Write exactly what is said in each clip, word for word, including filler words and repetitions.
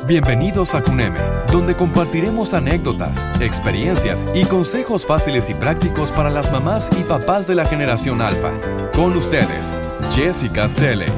Bienvenidos a Cuneme, donde compartiremos anécdotas, experiencias y consejos fáciles y prácticos para las mamás y papás de la generación Alfa. Con ustedes, Jessica Cele.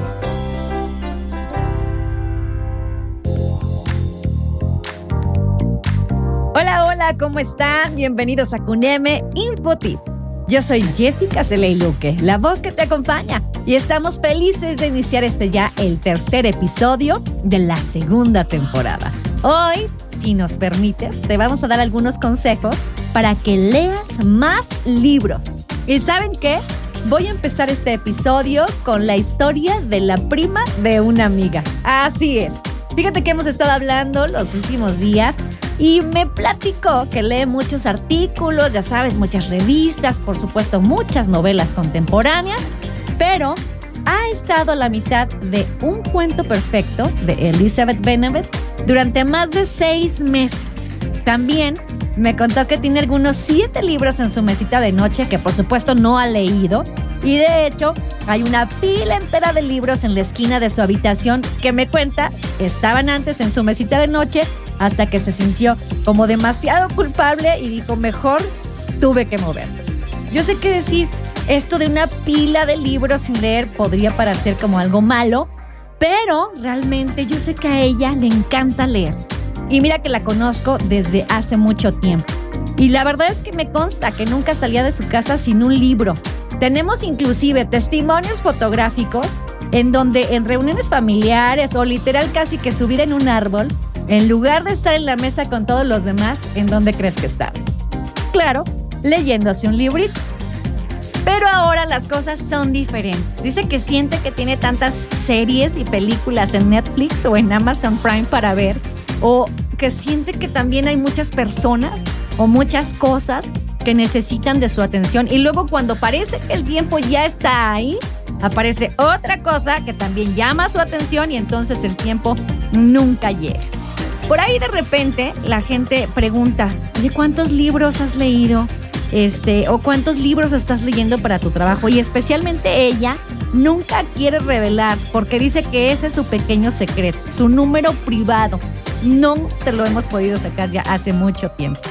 Hola, hola, ¿cómo están? Bienvenidos a Cuneme Infotips. Yo soy Jessica Cele Luque, la voz que te acompaña, y estamos felices de iniciar este ya el tercer episodio de la segunda temporada. Hoy, si nos permites, te vamos a dar algunos consejos para que leas más libros. ¿Y saben qué? Voy a empezar este episodio con la historia de la prima de una amiga. Así es. Fíjate que hemos estado hablando los últimos días y me platicó que lee muchos artículos, ya sabes, muchas revistas, por supuesto, muchas novelas contemporáneas, pero ha estado a la mitad de Un cuento perfecto de Elizabeth Bennet durante más de seis meses. También me contó que tiene algunos siete libros en su mesita de noche que por supuesto no ha leído, y de hecho hay una pila entera de libros en la esquina de su habitación que me cuenta estaban antes en su mesita de noche hasta que se sintió como demasiado culpable y dijo, mejor tuve que moverlos. Yo sé que decir esto de una pila de libros sin leer podría parecer como algo malo, pero realmente yo sé que a ella le encanta leer. Y mira que la conozco desde hace mucho tiempo. Y la verdad es que me consta que nunca salía de su casa sin un libro. Tenemos inclusive testimonios fotográficos en donde en reuniones familiares o literal casi que subida en un árbol, en lugar de estar en la mesa con todos los demás, ¿en dónde crees que estaba? Claro, leyéndose un librito. Pero ahora las cosas son diferentes. Dice que siente que tiene tantas series y películas en Netflix o en Amazon Prime para ver, o que siente que también hay muchas personas o muchas cosas que necesitan de su atención, y luego cuando parece que el tiempo ya está ahí, aparece otra cosa que también llama su atención y entonces el tiempo nunca llega. Por ahí de repente la gente pregunta, ¿de cuántos libros has leído? Este, o cuántos libros estás leyendo para tu trabajo, y especialmente ella nunca quiere revelar porque dice que ese es su pequeño secreto, su número privado. No se lo hemos podido sacar ya hace mucho tiempo.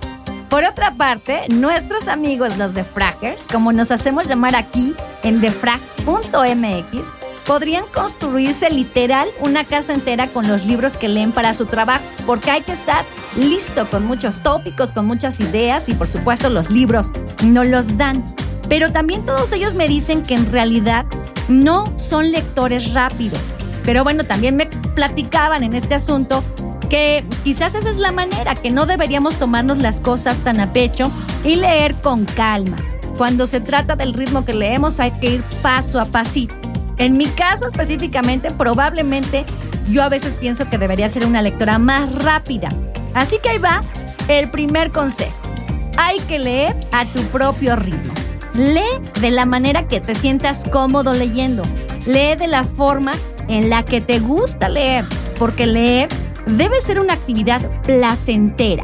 Por otra parte, nuestros amigos los de Frackers, como nos hacemos llamar aquí en defrag punto m x, podrían construirse literal una casa entera con los libros que leen para su trabajo, porque hay que estar listo con muchos tópicos, con muchas ideas, y por supuesto los libros no los dan. Pero también todos ellos me dicen que en realidad no son lectores rápidos. Pero bueno, también me platicaban en este asunto que quizás esa es la manera, que no deberíamos tomarnos las cosas tan a pecho y leer con calma. Cuando se trata del ritmo que leemos hay que ir paso a pasito. En mi caso específicamente, probablemente yo a veces pienso que debería ser una lectora más rápida. Así que ahí va el primer consejo. Hay que leer a tu propio ritmo. Lee de la manera que te sientas cómodo leyendo. Lee de la forma en la que te gusta leer, porque leer debe ser una actividad placentera.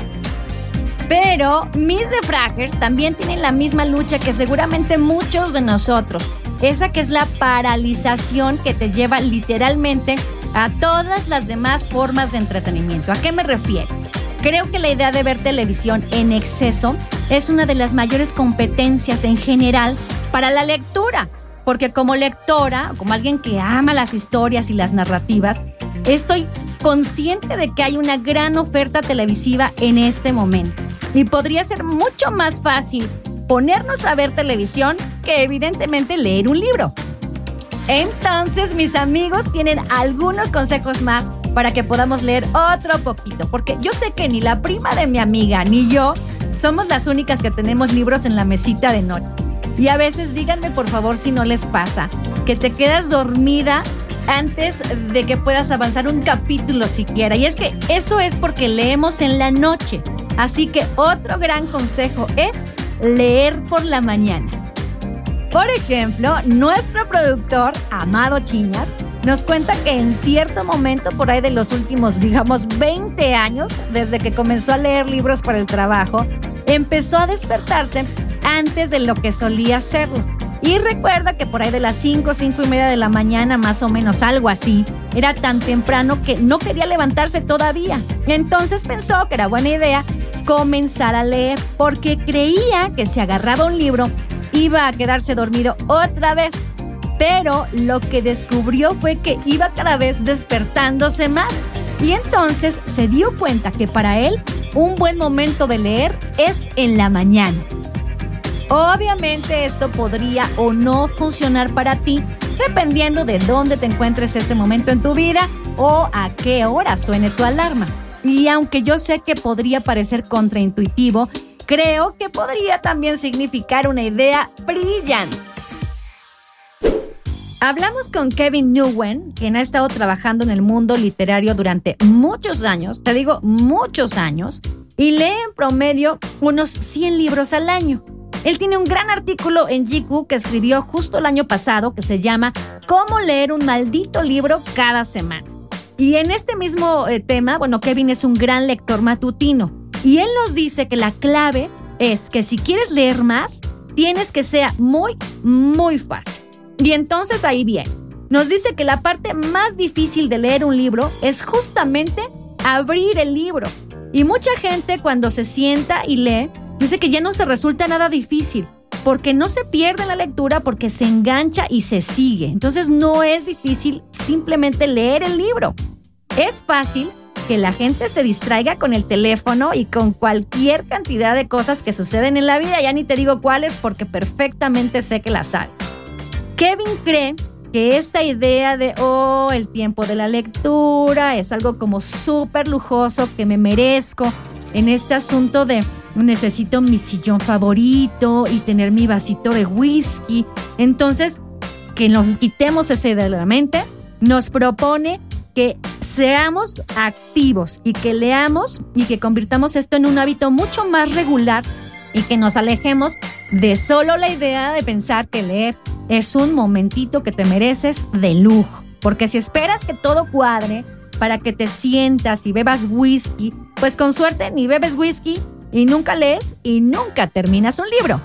Pero mis defraggers también tienen la misma lucha que seguramente muchos de nosotros. Esa que es la paralización que te lleva literalmente a todas las demás formas de entretenimiento. ¿A qué me refiero? Creo que la idea de ver televisión en exceso es una de las mayores competencias en general para la lectura. Porque como lectora, como alguien que ama las historias y las narrativas, estoy consciente de que hay una gran oferta televisiva en este momento. Y podría ser mucho más fácil ponernos a ver televisión que evidentemente leer un libro. Entonces, mis amigos tienen algunos consejos más para que podamos leer otro poquito. Porque yo sé que ni la prima de mi amiga ni yo somos las únicas que tenemos libros en la mesita de noche. Y a veces díganme por favor si no les pasa que te quedas dormida antes de que puedas avanzar un capítulo siquiera. Y es que eso es porque leemos en la noche. Así que otro gran consejo es leer por la mañana. Por ejemplo, nuestro productor, Amado Chiñas, nos cuenta que en cierto momento por ahí de los últimos, digamos, veinte años, desde que comenzó a leer libros para el trabajo, empezó a despertarse antes de lo que solía hacerlo. Y recuerda que por ahí de las cinco, cinco y media de la mañana, más o menos, algo así, era tan temprano que no quería levantarse todavía. Entonces pensó que era buena idea comenzar a leer, porque creía que si agarraba un libro iba a quedarse dormido otra vez. Pero lo que descubrió fue que iba cada vez despertándose más. Y entonces se dio cuenta que para él un buen momento de leer es en la mañana. Obviamente esto podría o no funcionar para ti, dependiendo de dónde te encuentres este momento en tu vida o a qué hora suene tu alarma. Y aunque yo sé que podría parecer contraintuitivo, creo que podría también significar una idea brillante. Hablamos con Kevin Nguyen, quien ha estado trabajando en el mundo literario durante muchos años, te digo muchos años, y lee en promedio unos cien libros al año. Él tiene un gran artículo en G Q que escribió justo el año pasado que se llama ¿Cómo leer un maldito libro cada semana? Y en este mismo eh, tema, bueno, Kevin es un gran lector matutino y él nos dice que la clave es que si quieres leer más, tienes que sea muy, muy fácil. Y entonces ahí viene. Nos dice que la parte más difícil de leer un libro es justamente abrir el libro. Y mucha gente cuando se sienta y lee, dice que ya no se resulta nada difícil, porque no se pierde la lectura, porque se engancha y se sigue. Entonces no es difícil simplemente leer el libro. Es fácil que la gente se distraiga con el teléfono y con cualquier cantidad de cosas que suceden en la vida. Ya ni te digo cuáles porque perfectamente sé que las sabes. Kevin cree que esta idea de, oh, el tiempo de la lectura es algo como súper lujoso que me merezco en este asunto de necesito mi sillón favorito y tener mi vasito de whisky. Entonces, que nos quitemos esa idea de la mente, nos propone que seamos activos y que leamos y que convirtamos esto en un hábito mucho más regular y que nos alejemos de solo la idea de pensar que leer es un momentito que te mereces de lujo. Porque si esperas que todo cuadre para que te sientas y bebas whisky, pues con suerte ni bebes whisky y nunca lees y nunca terminas un libro.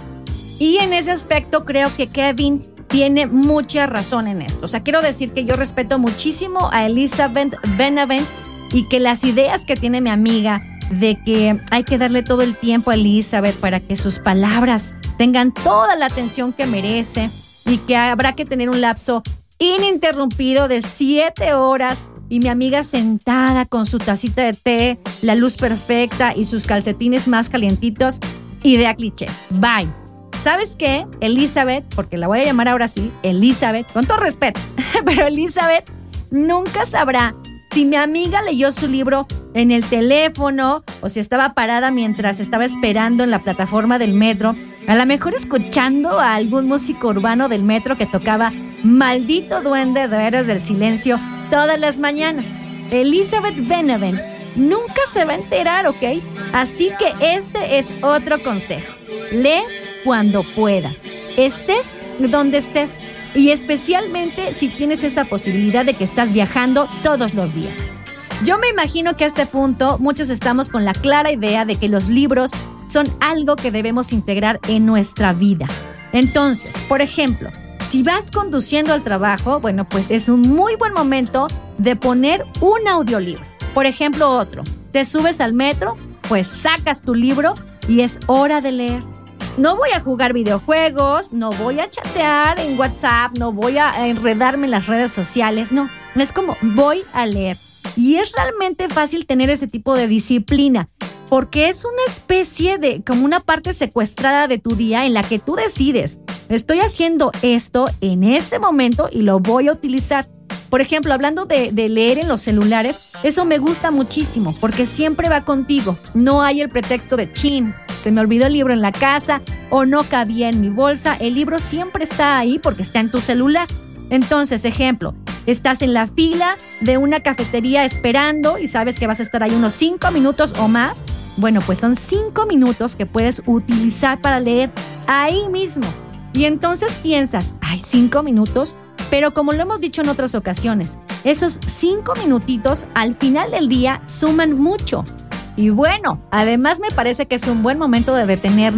Y en ese aspecto creo que Kevin tiene mucha razón en esto. O sea, quiero decir que yo respeto muchísimo a Elizabeth Benavent y que las ideas que tiene mi amiga de que hay que darle todo el tiempo a Elizabeth para que sus palabras tengan toda la atención que merece y que habrá que tener un lapso ininterrumpido de siete horas y mi amiga sentada con su tacita de té, la luz perfecta y sus calcetines más calientitos, idea cliché. Bye. ¿Sabes qué? Elizabeth, porque la voy a llamar ahora sí, Elizabeth, con todo respeto, pero Elizabeth nunca sabrá si mi amiga leyó su libro en el teléfono o si estaba parada mientras estaba esperando en la plataforma del metro, a lo mejor escuchando a algún músico urbano del metro que tocaba Maldito Duende de Héroes del Silencio todas las mañanas. Elizabeth Benavent nunca se va a enterar, ¿ok? Así que este es otro consejo. Lee cuando puedas, estés donde estés y especialmente si tienes esa posibilidad de que estás viajando todos los días. Yo me imagino que a este punto muchos estamos con la clara idea de que los libros son algo que debemos integrar en nuestra vida. Entonces, por ejemplo, si vas conduciendo al trabajo, bueno, pues es un muy buen momento de poner un audiolibro. Por ejemplo, otro, te subes al metro, pues sacas tu libro y es hora de leer. No voy a jugar videojuegos, no voy a chatear en WhatsApp, no voy a enredarme en las redes sociales, no. Es como voy a leer. Y es realmente fácil tener ese tipo de disciplina, porque es una especie de, como una parte secuestrada de tu día en la que tú decides, estoy haciendo esto en este momento y lo voy a utilizar. Por ejemplo, hablando de, de leer en los celulares, eso me gusta muchísimo porque siempre va contigo. No hay el pretexto de chin, se me olvidó el libro en la casa o no cabía en mi bolsa. El libro siempre está ahí porque está en tu celular. Entonces, ejemplo, estás en la fila de una cafetería esperando y sabes que vas a estar ahí unos cinco minutos o más. Bueno, pues son cinco minutos que puedes utilizar para leer ahí mismo. Y entonces piensas, ay, cinco minutos, pero como lo hemos dicho en otras ocasiones, esos cinco minutitos al final del día suman mucho. Y bueno, además me parece que es un buen momento de detenernos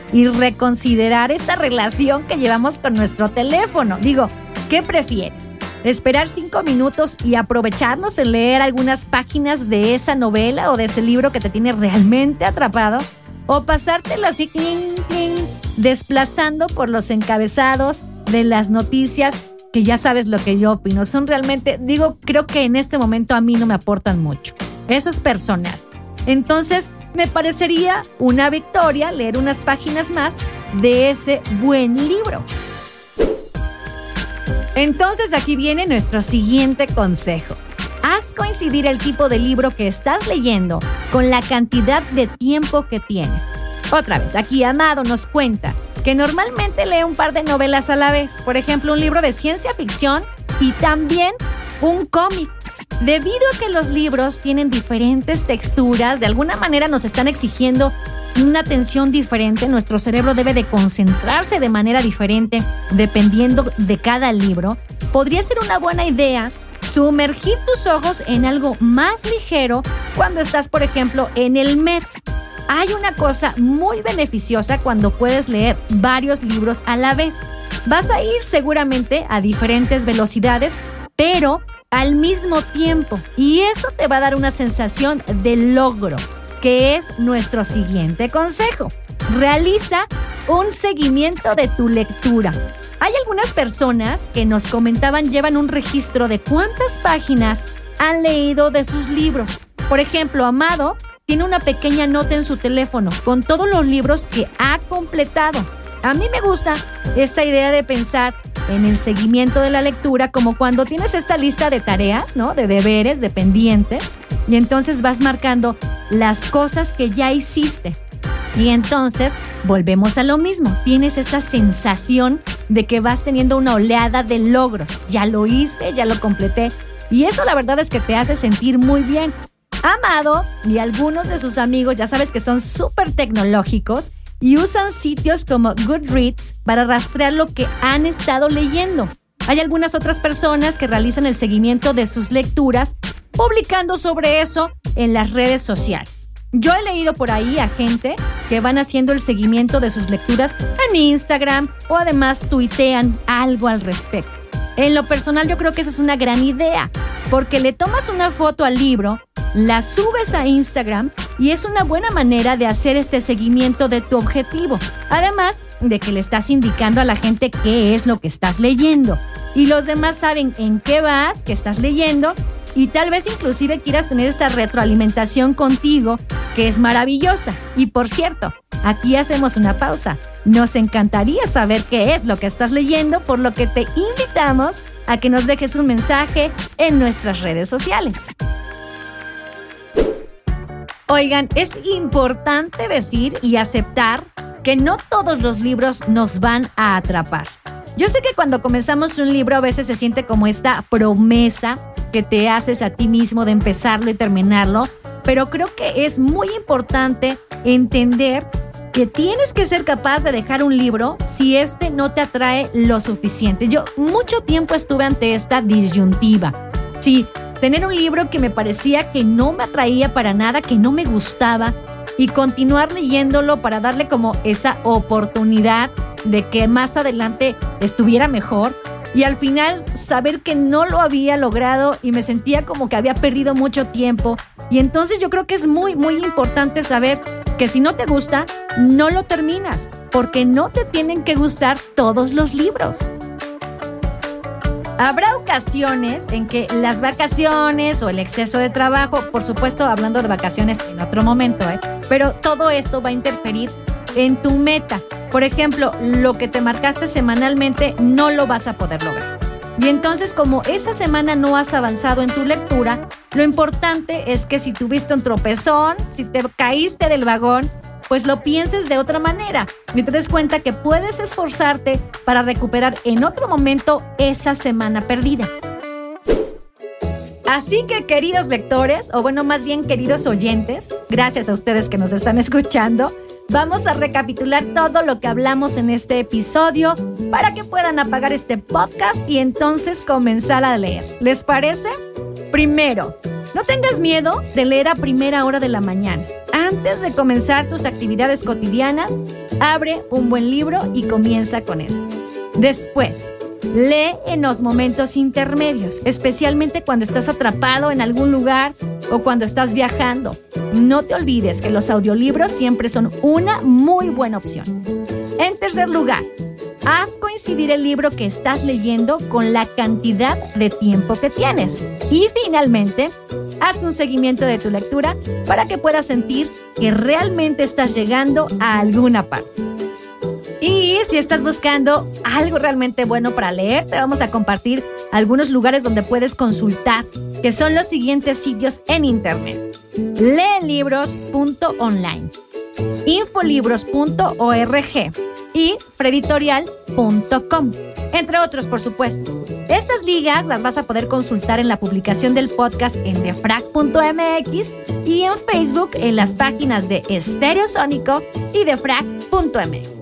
y reconsiderar esta relación que llevamos con nuestro teléfono. Digo, ¿qué prefieres? ¿Esperar cinco minutos y aprovecharnos en leer algunas páginas de esa novela o de ese libro que te tiene realmente atrapado? ¿O pasártelo así, cling, cling, desplazando por los encabezados de las noticias que ya sabes lo que yo opino? Son realmente, digo, creo que en este momento a mí no me aportan mucho. Eso es personal. Entonces, me parecería una victoria leer unas páginas más de ese buen libro. Entonces aquí viene nuestro siguiente consejo. Haz coincidir el tipo de libro que estás leyendo con la cantidad de tiempo que tienes. Otra vez, aquí Amado nos cuenta que normalmente lee un par de novelas a la vez. Por ejemplo, un libro de ciencia ficción y también un cómic. Debido a que los libros tienen diferentes texturas, de alguna manera nos están exigiendo una atención diferente, nuestro cerebro debe de concentrarse de manera diferente dependiendo de cada libro. Podría ser una buena idea sumergir tus ojos en algo más ligero cuando estás, por ejemplo, en el metro. Hay una cosa muy beneficiosa cuando puedes leer varios libros a la vez. Vas a ir seguramente a diferentes velocidades, pero al mismo tiempo. Y eso te va a dar una sensación de logro, que es nuestro siguiente consejo. Realiza un seguimiento de tu lectura. Hay algunas personas que nos comentaban llevan un registro de cuántas páginas han leído de sus libros. Por ejemplo, Amado tiene una pequeña nota en su teléfono con todos los libros que ha completado. A mí me gusta esta idea de pensar en el seguimiento de la lectura como cuando tienes esta lista de tareas, ¿no? De deberes, de pendientes, y entonces vas marcando las cosas que ya hiciste. Y entonces volvemos a lo mismo. Tienes esta sensación de que vas teniendo una oleada de logros. Ya lo hice, ya lo completé. Y eso la verdad es que te hace sentir muy bien. Amado y algunos de sus amigos ya sabes que son súper tecnológicos y usan sitios como Goodreads para rastrear lo que han estado leyendo. Hay algunas otras personas que realizan el seguimiento de sus lecturas publicando sobre eso en las redes sociales. Yo he leído por ahí a gente que van haciendo el seguimiento de sus lecturas en Instagram o además tuitean algo al respecto. En lo personal yo creo que esa es una gran idea porque le tomas una foto al libro, la subes a Instagram y es una buena manera de hacer este seguimiento de tu objetivo. Además de que le estás indicando a la gente qué es lo que estás leyendo y los demás saben en qué vas, qué estás leyendo y tal vez inclusive quieras tener esta retroalimentación contigo que es maravillosa. Y por cierto, aquí hacemos una pausa. Nos encantaría saber qué es lo que estás leyendo, por lo que te invitamos a que nos dejes un mensaje en nuestras redes sociales. Oigan, es importante decir y aceptar que no todos los libros nos van a atrapar. Yo sé que cuando comenzamos un libro a veces se siente como esta promesa que te haces a ti mismo de empezarlo y terminarlo, pero creo que es muy importante entender que tienes que ser capaz de dejar un libro si este no te atrae lo suficiente. Yo mucho tiempo estuve ante esta disyuntiva. Sí, tener un libro que me parecía que no me atraía para nada, que no me gustaba, y continuar leyéndolo para darle como esa oportunidad de que más adelante estuviera mejor, y al final saber que no lo había logrado y me sentía como que había perdido mucho tiempo. Y entonces yo creo que es muy, muy importante saber que si no te gusta, no lo terminas, porque no te tienen que gustar todos los libros. Habrá ocasiones en que las vacaciones o el exceso de trabajo, por supuesto hablando de vacaciones en otro momento, ¿eh? pero todo esto va a interferir en tu meta. Por ejemplo, lo que te marcaste semanalmente no lo vas a poder lograr. Y entonces, como esa semana no has avanzado en tu lectura, lo importante es que si tuviste un tropezón, si te caíste del vagón, pues lo pienses de otra manera y te des cuenta que puedes esforzarte para recuperar en otro momento esa semana perdida. Así que, queridos lectores, o bueno, más bien queridos oyentes, gracias a ustedes que nos están escuchando, vamos a recapitular todo lo que hablamos en este episodio para que puedan apagar este podcast y entonces comenzar a leer. ¿Les parece? Primero, no tengas miedo de leer a primera hora de la mañana. antes de comenzar tus actividades cotidianas, abre un buen libro y comienza con este. Después, lee en los momentos intermedios, especialmente cuando estás atrapado en algún lugar o cuando estás viajando. No te olvides que los audiolibros siempre son una muy buena opción. En tercer lugar, haz coincidir el libro que estás leyendo con la cantidad de tiempo que tienes. Y finalmente, haz un seguimiento de tu lectura para que puedas sentir que realmente estás llegando a alguna parte. Y si estás buscando algo realmente bueno para leer, te vamos a compartir algunos lugares donde puedes consultar, que son los siguientes sitios en internet: lee libros punto online, infolibros punto org y freditorial punto com, entre otros, por supuesto. Estas ligas las vas a poder consultar en la publicación del podcast en defrag punto m x y en Facebook en las páginas de Estereosónico y defrag punto m x.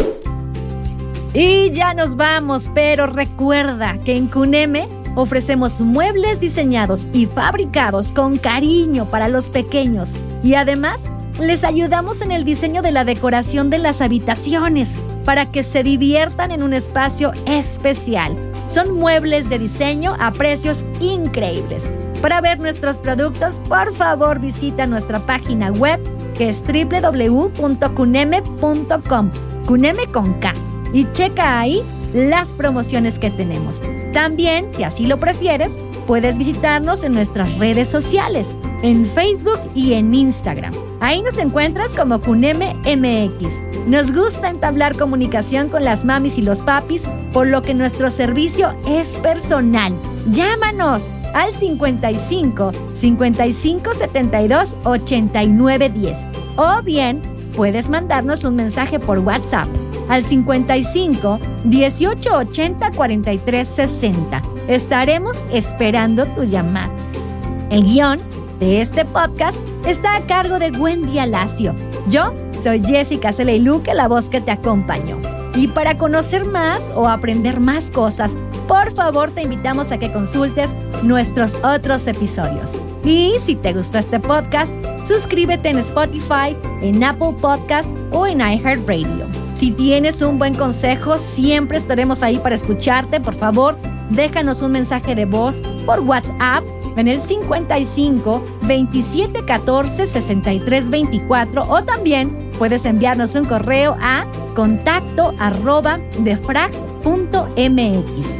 Y ya nos vamos, pero recuerda que en Cuneme ofrecemos muebles diseñados y fabricados con cariño para los pequeños y además les ayudamos en el diseño de la decoración de las habitaciones para que se diviertan en un espacio especial. Son muebles de diseño a precios increíbles. Para ver nuestros productos, por favor visita nuestra página web que es doble u doble u doble u punto cuneme punto com, Cuneme con K, y checa ahí las promociones que tenemos. También, si así lo prefieres, puedes visitarnos en nuestras redes sociales, en Facebook y en Instagram. Ahí nos encuentras como Cuneme M X. Nos gusta entablar comunicación con las mamis y los papis, por lo que nuestro servicio es personal. Llámanos al cincuenta y cinco, cincuenta y cinco, setenta y dos, ochenta y nueve, diez. O bien, puedes mandarnos un mensaje por WhatsApp al cincuenta y cinco, dieciocho, ochenta, cuarenta y tres, sesenta. Estaremos esperando tu llamada. El guión de este podcast está a cargo de Wendy Alacio. Yo soy Jessica Celey Luque, la voz que te acompañó. Y para conocer más o aprender más cosas, por favor te invitamos a que consultes nuestros otros episodios. Y si te gustó este podcast, suscríbete en Spotify, en Apple Podcast o en iHeartRadio. Si tienes un buen consejo, siempre estaremos ahí para escucharte. Por favor, déjanos un mensaje de voz por WhatsApp en el cincuenta y cinco, veintisiete, catorce, sesenta y tres, veinticuatro, o también puedes enviarnos un correo a contacto arroba defrag punto m x.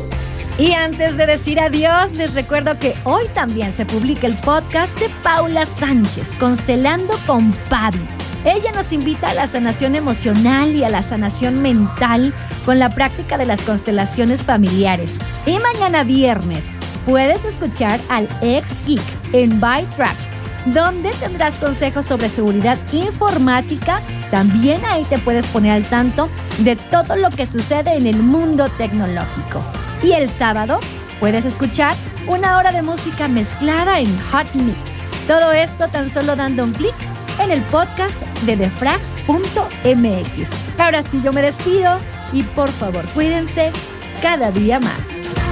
Y antes de decir adiós, les recuerdo que hoy también se publica el podcast de Paula Sánchez, Constelando con Pavi. Ella nos invita a la sanación emocional y a la sanación mental con la práctica de las constelaciones familiares. Y mañana viernes puedes escuchar al ex geek en By Tracks, donde tendrás consejos sobre seguridad informática. También ahí te puedes poner al tanto de todo lo que sucede en el mundo tecnológico. Y el sábado puedes escuchar una hora de música mezclada en Hot Mix. Todo esto tan solo dando un clic en el podcast de defrag punto m x. Ahora sí, yo me despido y por favor cuídense cada día más.